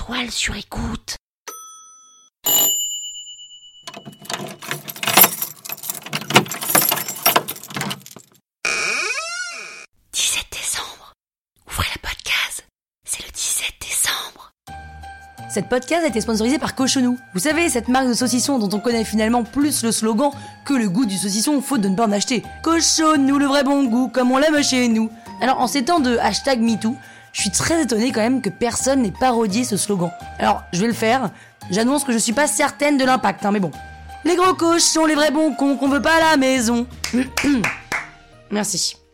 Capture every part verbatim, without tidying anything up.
Toile sur écoute. dix-sept décembre. Ouvrez la podcast. C'est le dix-sept décembre. Cette podcast a été sponsorisée par Cochonou. Vous savez, cette marque de saucisson dont on connaît finalement plus le slogan que le goût du saucisson, faute de ne pas en acheter. Cochonou, le vrai bon goût, comme on l'aime chez nous. Alors, en ces temps de hashtag MeToo, je suis très étonnée quand même que personne n'ait parodié ce slogan. Alors, je vais le faire. J'annonce que je suis pas certaine de l'impact, hein, mais bon. Les gros cochons, les vrais bons cons qu'on veut pas à la maison. Merci.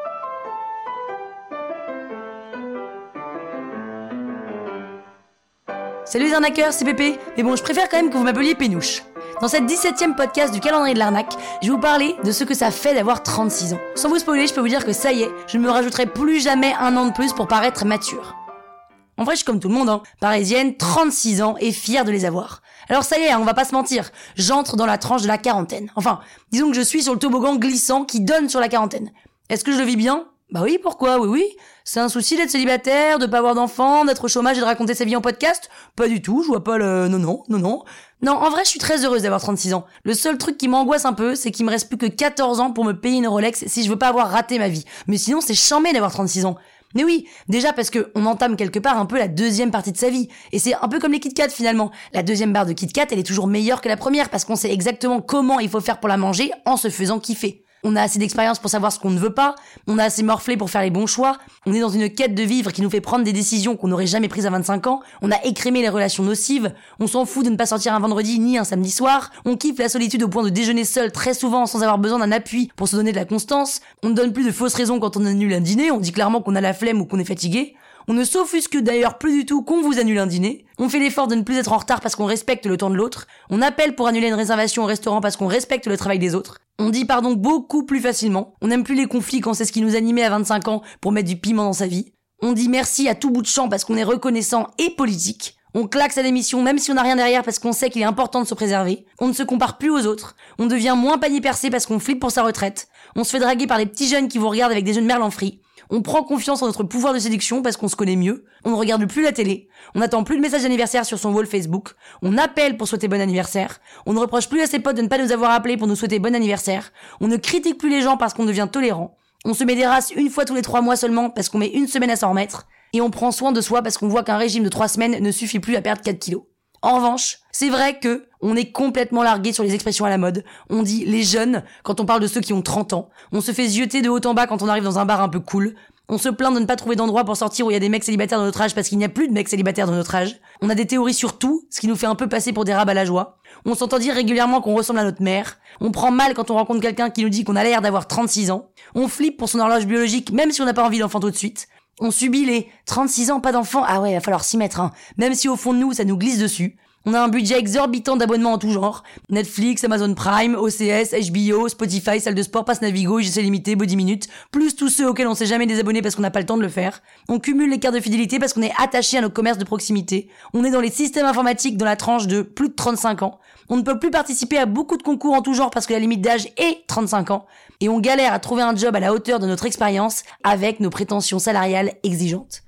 Salut les arnaqueurs, c'est Pépé. Mais bon, je préfère quand même que vous m'appeliez Pénouche. Dans cette dix-septième podcast du calendrier de l'arnaque, je vais vous parler de ce que ça fait d'avoir trente-six ans. Sans vous spoiler, je peux vous dire que ça y est, je ne me rajouterai plus jamais un an de plus pour paraître mature. En vrai, je suis comme tout le monde, hein. Parisienne, trente-six ans et fière de les avoir. Alors ça y est, hein, on va pas se mentir, j'entre dans la tranche de la quarantaine. Enfin, disons que je suis sur le toboggan glissant qui donne sur la quarantaine. Est-ce que je le vis bien ? Bah oui, pourquoi ? Oui, oui. C'est un souci d'être célibataire, de pas avoir d'enfants, d'être au chômage et de raconter sa vie en podcast ? Pas du tout, je vois pas le... Non, non, non, non. Non, en vrai, je suis très heureuse d'avoir trente-six ans. Le seul truc qui m'angoisse un peu, c'est qu'il me reste plus que quatorze ans pour me payer une Rolex si je veux pas avoir raté ma vie. Mais sinon, c'est chambé d'avoir trente-six ans. Mais oui, déjà parce que on entame quelque part un peu la deuxième partie de sa vie. Et c'est un peu comme les Kit Kat finalement. La deuxième barre de Kit Kat, elle est toujours meilleure que la première parce qu'on sait exactement comment il faut faire pour la manger en se faisant kiffer. On a assez d'expérience pour savoir ce qu'on ne veut pas, on a assez morflé pour faire les bons choix, on est dans une quête de vivre qui nous fait prendre des décisions qu'on n'aurait jamais prises à vingt-cinq ans, on a écrémé les relations nocives, on s'en fout de ne pas sortir un vendredi ni un samedi soir, on kiffe la solitude au point de déjeuner seul très souvent sans avoir besoin d'un appui pour se donner de la constance, on ne donne plus de fausses raisons quand on annule un dîner, on dit clairement qu'on a la flemme ou qu'on est fatigué. On ne s'offusque d'ailleurs plus du tout qu'on vous annule un dîner. On fait l'effort de ne plus être en retard parce qu'on respecte le temps de l'autre. On appelle pour annuler une réservation au restaurant parce qu'on respecte le travail des autres. On dit pardon beaucoup plus facilement. On n'aime plus les conflits quand c'est ce qui nous animait à vingt-cinq ans pour mettre du piment dans sa vie. On dit merci à tout bout de champ parce qu'on est reconnaissant et politique. On claque sa démission même si on n'a rien derrière parce qu'on sait qu'il est important de se préserver. On ne se compare plus aux autres. On devient moins panier percé parce qu'on flippe pour sa retraite. On se fait draguer par les petits jeunes qui vous regardent avec des yeux de merlan frits. On prend confiance en notre pouvoir de séduction parce qu'on se connaît mieux. On ne regarde plus la télé. On n'attend plus de messages d'anniversaire sur son wall Facebook. On appelle pour souhaiter bon anniversaire. On ne reproche plus à ses potes de ne pas nous avoir appelés pour nous souhaiter bon anniversaire. On ne critique plus les gens parce qu'on devient tolérant. On se met des races une fois tous les trois mois seulement parce qu'on met une semaine à s'en remettre. Et on prend soin de soi parce qu'on voit qu'un régime de trois semaines ne suffit plus à perdre quatre kilos. En revanche, c'est vrai que on est complètement largué sur les expressions à la mode. On dit les jeunes quand on parle de ceux qui ont trente ans. On se fait zioter de haut en bas quand on arrive dans un bar un peu cool. On se plaint de ne pas trouver d'endroit pour sortir où il y a des mecs célibataires de notre âge parce qu'il n'y a plus de mecs célibataires de notre âge. On a des théories sur tout, ce qui nous fait un peu passer pour des rabats à la joie. On s'entend dire régulièrement qu'on ressemble à notre mère. On prend mal quand on rencontre quelqu'un qui nous dit qu'on a l'air d'avoir trente-six ans. On flippe pour son horloge biologique même si on n'a pas envie d'enfant tout de suite. On subit les trente-six ans, pas d'enfant, ah ouais, il va falloir s'y mettre, hein. Même si au fond de nous, ça nous glisse dessus. On a un budget exorbitant d'abonnements en tout genre. Netflix, Amazon Prime, O C S, H B O, Spotify, salle de sport, passe Navigo, G C limité, Body Minute, plus tous ceux auxquels on s'est jamais désabonné parce qu'on n'a pas le temps de le faire. On cumule les cartes de fidélité parce qu'on est attaché à nos commerces de proximité. On est dans les systèmes informatiques dans la tranche de plus de trente-cinq ans. On ne peut plus participer à beaucoup de concours en tout genre parce que la limite d'âge est trente-cinq ans. Et on galère à trouver un job à la hauteur de notre expérience avec nos prétentions salariales exigeantes.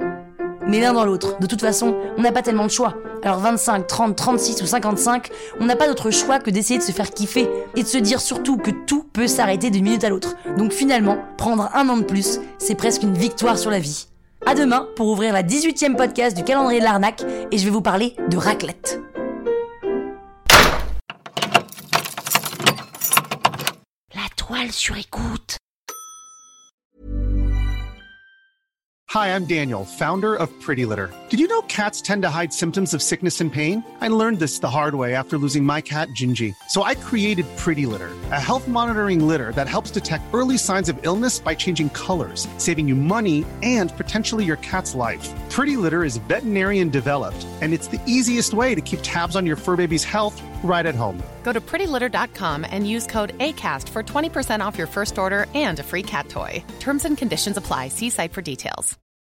Mais l'un dans l'autre, de toute façon, on n'a pas tellement de choix. Alors vingt-cinq, trente, trente-six ou cinquante-cinq, on n'a pas d'autre choix que d'essayer de se faire kiffer et de se dire surtout que tout peut s'arrêter d'une minute à l'autre. Donc finalement, prendre un an de plus, c'est presque une victoire sur la vie. À demain pour ouvrir la dix-huitième podcast du calendrier de l'arnaque et je vais vous parler de raclette. La toile sur écoute. Hi, I'm Daniel, founder of Pretty Litter. Did you know cats tend to hide symptoms of sickness and pain? I learned this the hard way after losing my cat, Gingy. So I created Pretty Litter, a health monitoring litter that helps detect early signs of illness by changing colors, saving you money and potentially your cat's life. Pretty Litter is veterinarian developed, and it's the easiest way to keep tabs on your fur baby's health right at home. Go to pretty litter dot com and use code ACAST for twenty percent off your first order and a free cat toy. Terms and conditions apply. See site for details.